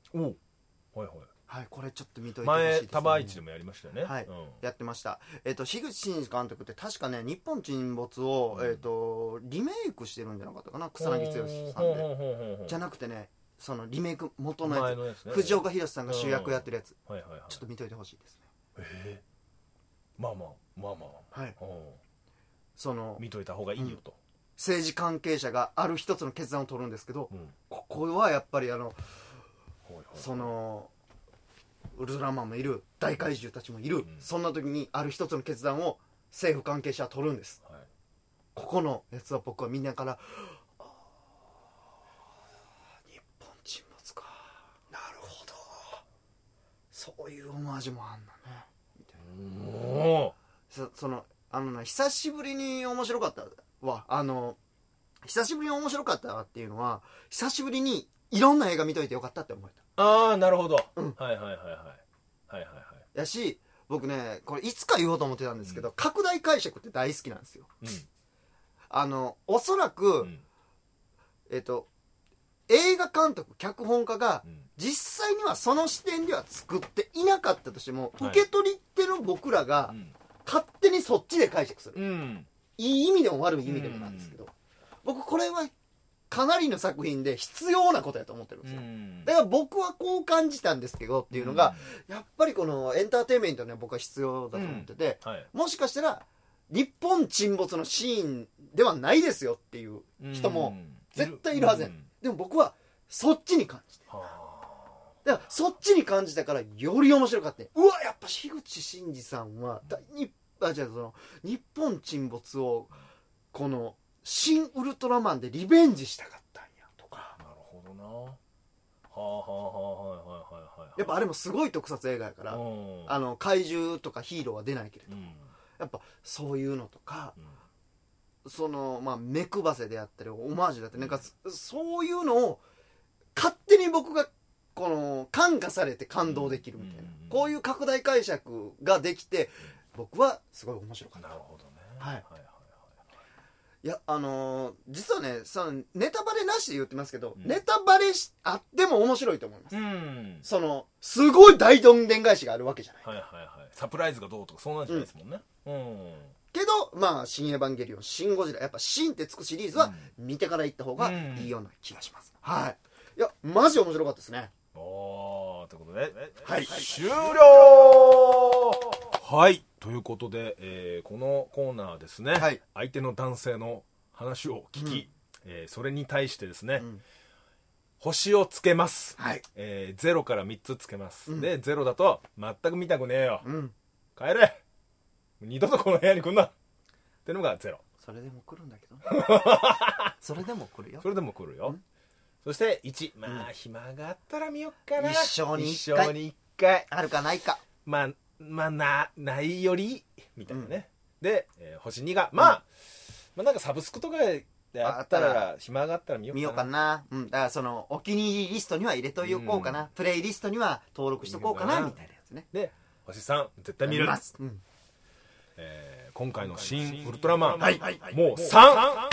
これちょっと見といてほしいですね。 前タバイチでもやりましたよね。 やってました。樋口真嗣監督って確かね日本沈没をリメイクしてるんじゃなかったかな、草薙剛さんで。じゃなくてね、そのリメイク元のやつ、藤岡弘さんが主役やってるやつ、ちょっと見といてほしいですね。 まあその見といた方がいいよと、 政治関係者がある一つの決断を取るんですけど、ここはやっぱりそのウルトラマンもいる、大怪獣たちもいる、そんな時にある一つの決断を政府関係者は取るんです、ここのやつは僕はみんなから日本沈没か、なるほど、そういうオマージュもあんだねみたいな。その久しぶりに面白かったわ、久しぶりに面白かったっていうのは、久しぶりにいろんな映画見といてよかったって思えた。 ああ、なるほど、はいはいはいはいはいはい。 やし、僕ね、これいつか言おうと思ってたんですけど、拡大解釈って大好きなんですよ。おそらく、映画監督脚本家が、実際にはその視点では作っていなかったとしても、受け取り手の僕らが、勝手にそっちで解釈する、いい意味でも悪い意味でもなんですけど、僕これはかなりの作品で必要なことやと思ってるんですよ。だから僕はこう感じたんですけどっていうのが、やっぱりこのエンターテインメントには僕は必要だと思ってて、もしかしたら日本沈没のシーンではないですよっていう人も絶対いるはずや、でも僕はそっちに感じて、だからそっちに感じたからより面白かった。うわ、やっぱ樋口真嗣さんは日本沈没をこの新ウルトラマンでリベンジしたかったんやとか。 なるほどな。はあはあはあはいはいはい。 やっぱあれもすごい特撮映画やから、怪獣とかヒーローは出ないけれど、やっぱそういうのとか、その目配せであったりオマージュだったり、なんかそういうのを勝手に僕がこの感化されて感動できるみたいな、こういう拡大解釈ができて、僕はすごい面白かった。 なるほどね。 はい。いや、実はね、そのネタバレなしで言ってますけど、ネタバレあっても面白いと思います。そのすごい大どんでん返しがあるわけじゃない。 はいはいはい。サプライズがどうとかそんなんじゃないですもんね。 けど新エヴァンゲリオン、シン・ゴジラ、やっぱシンってつくシリーズは見てから行った方がいいような気がします。はい。いや、マジ面白かったですね。 ということで、 はい、 終了。はい、ということで、このコーナーはですね、相手の男性の話を聞き、それに対してですね、星をつけます、0から3つつけます、で0だと全く見たくねえよ、帰れ、二度とこの部屋に来んなってのが0。 それでも来るんだけどそれでも来るよ。 それでも来るよ。そして1、暇があったら見よっかな。 一生に1回あるかないか、 ないよりみたいなね、で、星2がなんかサブスクとかであったら暇があったら見ようかな。 だからそのお気に入りリストには入れといこうかな、プレイリストには登録しとこうかなみたいなやつね。 で星3絶対見る。今回の新ウルトラマン、もう3、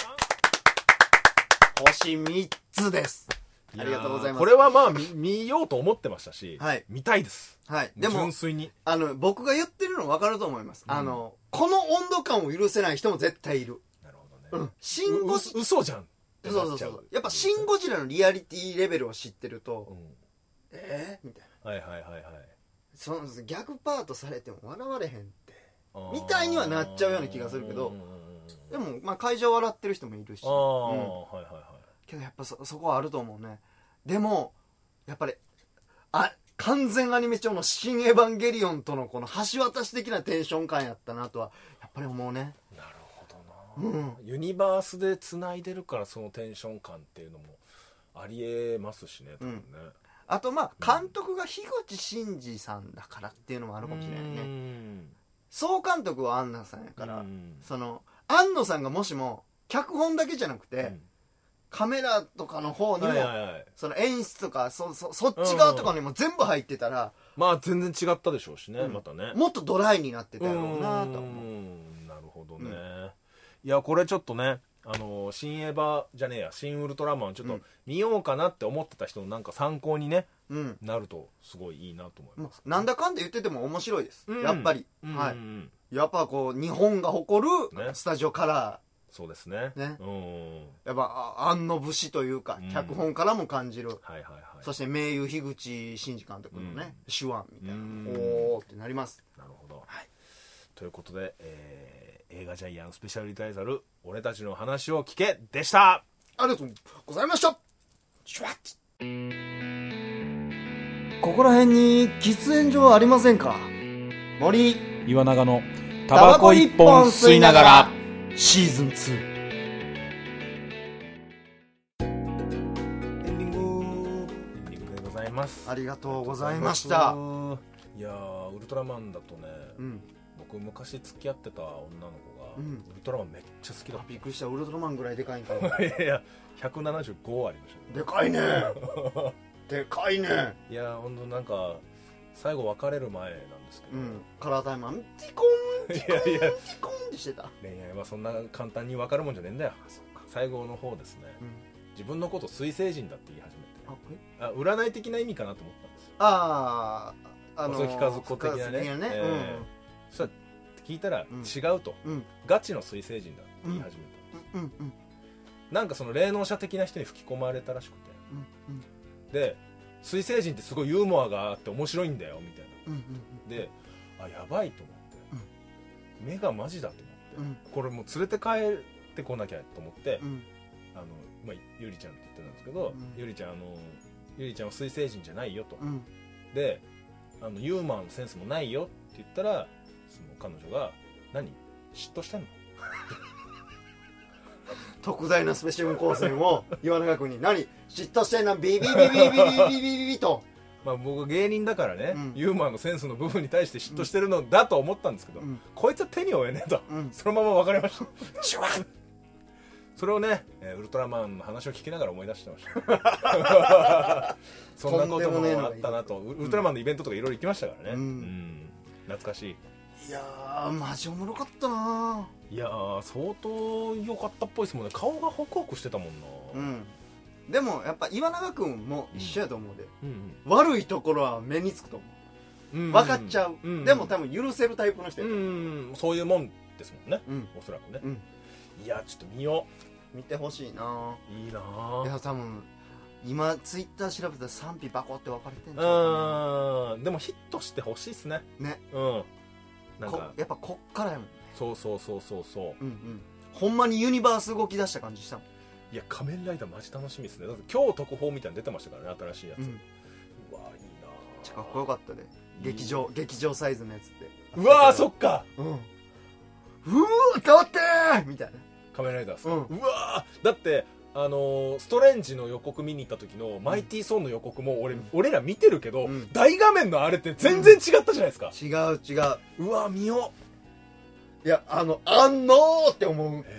星3つです。ありがとうございます。 これは見ようと思ってましたし、見たいです。でも純粋に僕が言ってるの分かると思います。この温度感を許せない人も絶対いる。 なるほどね。 嘘じゃん。 そうやっぱシン・ゴジラのリアリティレベルを知ってると、みたいな。 はいその逆パートされても笑われへんってみたいにはなっちゃうような気がするけど、でも会場笑ってる人もいるし、けどやっぱそこはあると思うね。でもやっぱり完全アニメ調の新エヴァンゲリオンとのこの橋渡し的なテンション感やったなとはやっぱり思うね。 なるほどな、ユニバースでつないでるからそのテンション感っていうのもありえますしね、多分ね。 あと監督が樋口真嗣さんだからっていうのもあるかもしれないね。総監督は庵野さんやから、その庵野さんがもしも脚本だけじゃなくて、カメラとかの方にも、その演出とかそっち側とかにも全部入ってたら、 全然違ったでしょうしね、またね、 もっとドライになってたやろうなと思う。なるほどね。いやこれちょっとね、新エヴァじゃねえや新ウルトラマンちょっと見ようかなって思ってた人のなんか参考にね、なるとすごいいいなと思います。 なんだかんだ言ってても面白いです、やっぱり。やっぱこう日本が誇るスタジオカラー、 そうですね。 やっぱ庵野節というか、脚本からも感じる。そして名優樋口真嗣監督のね、手腕みたいな、おーってなります。 なるほど。ということで、 映画ジャイアンスペシャルリタイザル俺たちの話を聞けでした。 ありがとうございました。シュワッここら辺に喫煙所はありませんか？森岩永のタバコ一本吸いながらシーズン2。 エンディングでございます。 ありがとうございました。 いやー、ウルトラマンだとね、僕昔付き合ってた女の子が、ウルトラマンめっちゃ好きだった。 びっくりした。ウルトラマンぐらいでかいんかな。 いやいや、175ありましたね。 でかいね。でかいね。 いやほんとなんか最後別れる前なんですけど、 カラータイマンティコンティコンティコンってしてた。 恋愛はそんな簡単に別れるもんじゃねえんだよ。最後の方ですね、自分のこと水星人だって言い始めて、占い的な意味かなと思ったんですよ。遅き家族的なね。そしたら聞いたら違うと、ガチの水星人だって言い始めたんです。なんかその霊能者的な人に吹き込まれたらしくて、で水星人ってすごいユーモアがあって面白いんだよみたいな、でやばいと思って、目がマジだと思って、これもう連れて帰ってこなきゃと思って、ゆりちゃんって言ってたんですけど、ゆりちゃんは水星人じゃないよと、でユーモアのセンスもないよって言ったら、その彼女が何嫉妬してんの特大なスペシウム光線を岩永君に何嫉妬してんのビビビビビビビビビビと僕芸人だからね、ユーモアのセンスの部分に対して嫉妬してるのだと思ったんですけど、こいつは手に負えねえと、そのまま分かりましたシュワッそれをね、ウルトラマンの話を聞きながら思い出してましたそんなこともあったなと。ウルトラマンのイベントとかいろいろ行きましたからね、懐かしい。 いやーマジおもろかったな。 いやー相当良かったっぽいですもんね。顔がホクホクしてたもんな。 でもやっぱ岩永君も一緒やと思うで、悪いところは目につくと思う、分かっちゃう、でも多分許せるタイプの人やとそういうもんですもんね、おそらくね、いやちょっと見よう。見てほしいな。 いいな。 いや多分今ツイッター調べたら賛否バコって分かれてんじゃん。 でもヒットしてほしいっすね。 なんかやっぱこっからやもんね。 そう、 ほんまにユニバース動き出した感じしたもん。 いや仮面ライダーマジ楽しみですね。だって今日特報みたいに出てましたからね、新しいやつ。うわいいな。 かっこよかったで、劇場サイズのやつって。 うわーそっか。 うわー変わってーみたいな仮面ライダーさん。うわーだってストレンジの予告見に行った時のマイティーソーンの予告も俺ら見てるけど、大画面のあれって全然違ったじゃないですか。 違う。 うわ見よう。いやあんのーって思う。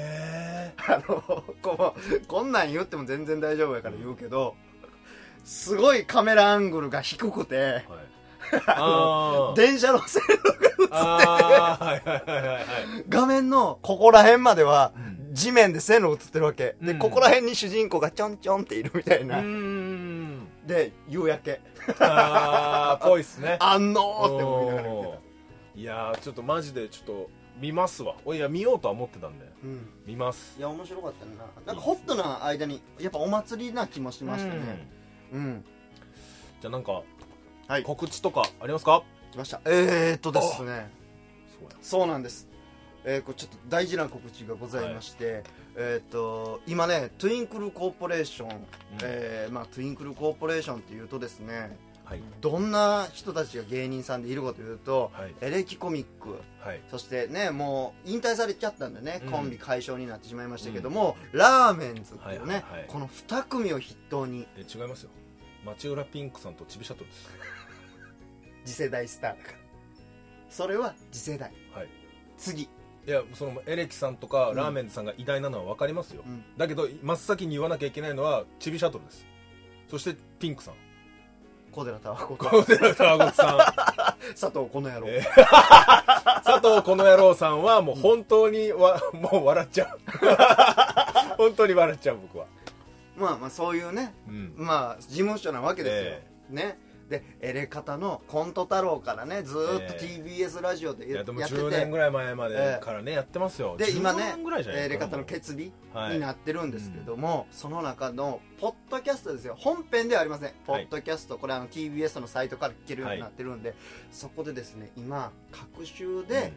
こんなん言っても全然大丈夫やから言うけど、すごいカメラアングルが低くて、電車の線路が映ってて、画面のここら辺までは地面で線路映ってるわけで、ここら辺に主人公がちょんちょんっているみたいな。で夕焼けぽいっすね。 あんのーって思いながら見てた。 いやちょっとマジでちょっと見ますわ。いや見ようとは思ってたんで、見ます。 いや面白かったな。なんかホットな間にやっぱお祭りな気もしましたね。 じゃあなんか告知とかありますか？ 来ました。ですね、そうなんです。これちょっと大事な告知がございまして、今ねトゥインクルコーポレーション、トゥインクルコーポレーションっていうとですね、どんな人たちが芸人さんでいるかというと、エレキコミック、そしてねもう引退されちゃったんでね、コンビ解消になってしまいましたけども、ラーメンズっていうね、この2組を筆頭に。 違いますよ、町浦ピンクさんとちびシャトルです。 次世代スターだから。それは次世代、次。 いやそのエレキさんとかラーメンズさんが偉大なのは分かりますよ、だけど真っ先に言わなきゃいけないのはちびシャトルです。そしてピンクさん、 小寺タワゴさん佐藤この野郎、 佐藤この野郎さんはもう本当にもう笑っちゃう本当に笑っちゃう僕は。 まあそういうね、事務所なわけですよ、ね。でエレカタのコント太郎からねずーっと TBS ラジオでやってて、 10年ぐらい前までからねやってますよ。 で今ねエレカタの決意になってるんですけども、その中のポッドキャストですよ、本編ではありません。ポッドキャスト、これTBS のサイトから聞けるようになってるんで、そこでですね今各週で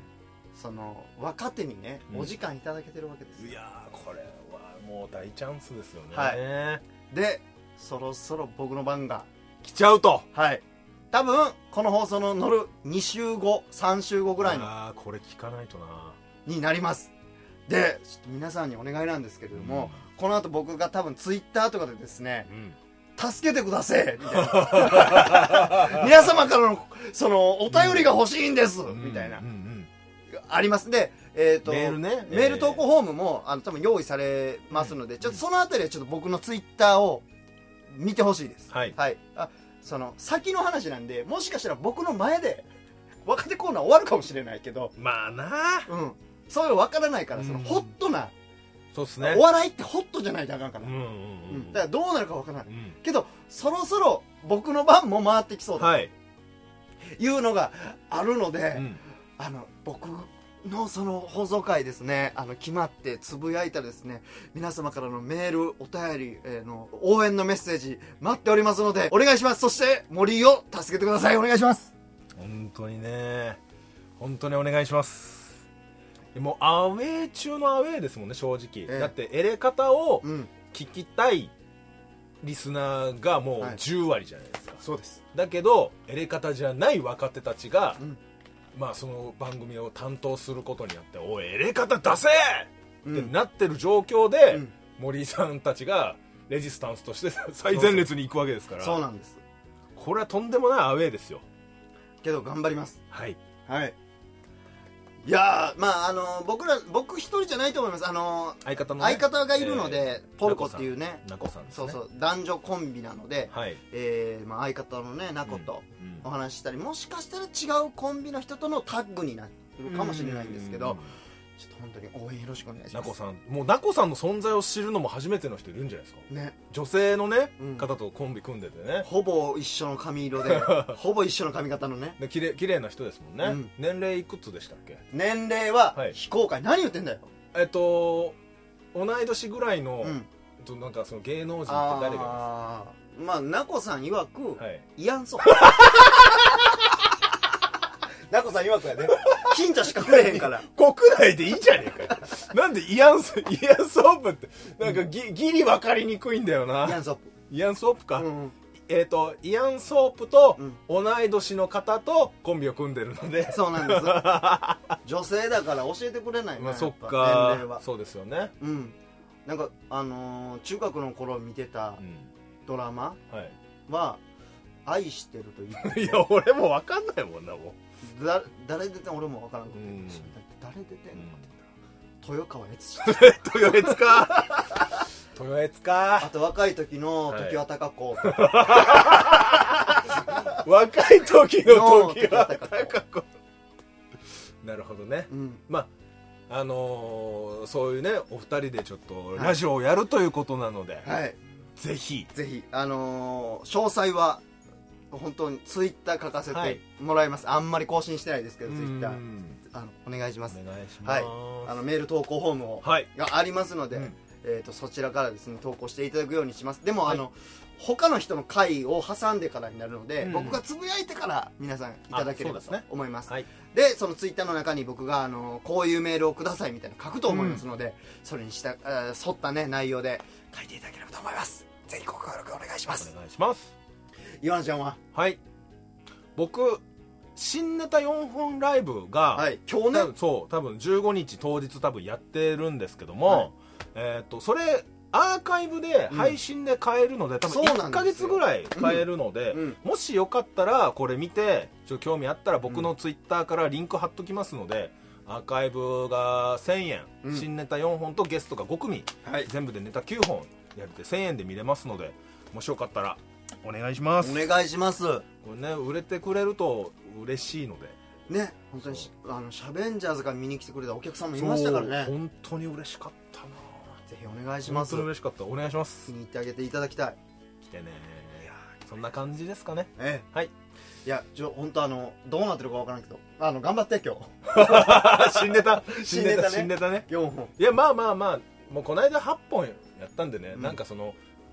その若手にね、お時間いただけてるわけです。 いやー、これはもう大チャンスですよね。 はい。でそろそろ僕の番が来ちゃうと。 はい。多分この放送の乗る2週後3週後ぐらいのこれ聞かないとなになります。でちょっと皆さんにお願いなんですけれども、この後僕が多分ツイッターとかでですね、助けてくださいみたいな皆様からのそのお便りが欲しいんです、みたいな、ありますで、メールね、メール投稿フォームも多分用意されますので、ちょっとそのあたりはちょっと僕のツイッターを見てほしいです。はい、はい、その先の話なんで、もしかしたら僕の前で若手コーナー終わるかもしれないけど、 まあな、 そういうの分からないから、そのホットな、 そうですね、 お笑いってホットじゃないとあかんから、だからどうなるか分からない、けどそろそろ僕の番も回ってきそうだというのがあるので、僕のその放送回ですね、決まってつぶやいたですね、皆様からのメール、お便りの応援のメッセージ待っておりますので、お願いします。そして森を助けてください。お願いします。 本当にね、本当にお願いします。もうアウェー中のアウェーですもんね、正直。だってエレ方を聞きたいリスナーがもう10割じゃないですか。 そうです。 だけどエレ方じゃない若手たちが、まあその番組を担当することによって、おいエレ方出せってなってる状況で、森井さんたちがレジスタンスとして最前列に行くわけですから。 そうなんです。 これはとんでもないアウェーですよ。 けど頑張ります。 はいはい。いやー、まあ僕一人じゃないと思います。 相方の、 相方がいるので、ポルコっていうね、 ナコさんですね。 そうそう男女コンビなので、 はい、 まあ相方のねナコとお話ししたり、もしかしたら違うコンビの人とのタッグになるかもしれないんですけど、ちょっと本当に応援よろしくお願いします。 ナコさん、もうナコさんの存在を知るのも初めての人いるんじゃないですかね。 女性のね、方とコンビ組んでてね、 ほぼ一緒の髪色でほぼ一緒の髪型のね、 で綺麗な人ですもんね、年齢いくつでしたっけ？ 年齢は非公開。何言ってんだよ。 同い年ぐらいの、なんかその芸能人って誰がいます？ まあナコさん曰く、イアンソープナコさん曰くやで、ヒントしかくれへんから国内でいいじゃねえかよなんでイアンソープってなんかギリ分かりにくいんだよな。 イアンソープか、 イアンソープと同い年の方とコンビを組んでるので、 そうなんです女性だから教えてくれないね。 まあそっか、そうですよね。 なんか中学の頃見てたドラマは愛してると言って、 いや俺も分かんないもんな。もう誰出てん俺も分からんくて、誰出てんのって言ったら豊川悦司豊悦か豊悦か。 あと若い時の常盤貴子若い時の常盤貴子なるほどね。まあそういうねお二人でちょっとラジオをやるということなので、ぜひ詳細は本当にツイッター書かせてもらいます。あんまり更新してないですけど、ツイッターお願いします。 お願いします。 メール投稿フォームがありますので、そちらからですね投稿していただくようにします。でも他の人の回を挟んでからになるので、僕がつぶやいてから皆さんいただければと思います。でそのツイッターの中に僕がこういうメールをくださいみたいなの書くと思いますので、それに沿ったね内容で書いていただければと思います。ぜひご協力お願いします。 お願いします。 岩野ちゃんは？ 僕新ネタ4本ライブが、 今日ね、 そう多分15日当日多分やってるんですけども、それアーカイブで配信で買えるので、多分1ヶ月ぐらい買えるので、もしよかったらこれ見てちょっと興味あったら僕のツイッターからリンク貼っときますので、アーカイブが1000円、新ネタ4本とゲストが5組、全部でネタ9本やって1000円で見れますので、もしよかったらお願いします。 お願いします。これね、売れてくれると嬉しいのでね、本当にシャベンジャーズが見に来てくれたお客さんもいましたからね。 本当に嬉しかったな。 ぜひお願いします。 本当に嬉しかった。お願いします。 気に入ってあげていただきたい。 来てね。いやそんな感じですかね。 はい。いや本当どうなってるかわからんけど頑張って今日新ネタね 4本。 いやまあもうこの間8本やったんでね、なんかその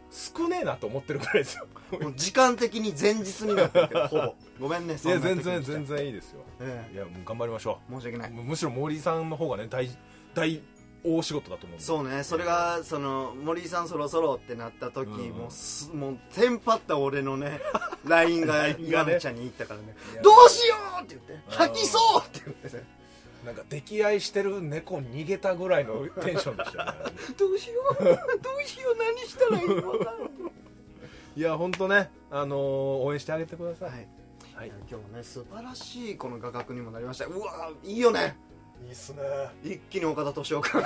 少ねえなと思ってるくらいですよ。 もう時間的に前日になってるけどほぼごめんね。 いや全然いいですよ、いやもう頑張りましょう。申し訳ない。 むしろ森さんの方がね大大仕事だと思うんで。 そうね、それがその森井さんそろそろってなった時、もうテンパった俺のね LINE が岩見ちゃんに行ったからねどうしようって言って吐きそうって言ってなんか溺愛してる猫逃げたぐらいのテンションでしたねどうしようどうしよう何したらいいのかないや本当ね、応援してあげてください。 はい、今日もね素晴らしいこの画角にもなりました。うわいいよね。 いいっすね。 一気に岡田敏夫君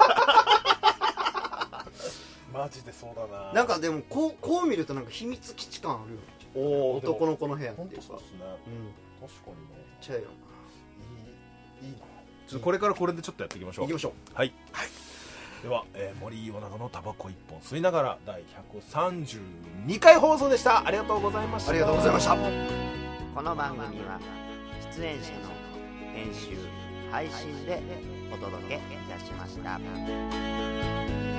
マジでそうだな。 なんかでもこう見るとなんか秘密基地感あるよ。男の子の部屋っていうか。 本当そうっすね、確かにね。 めっちゃええよいいな。ちょっとこれからこれでちょっとやっていきましょう。 行きましょう。 はい、では、森岩永のタバコ一本吸いながら第132回放送でした。ありがとうございました。 ありがとうございました。 この番組は出演者の編集配信でお届けいたしました。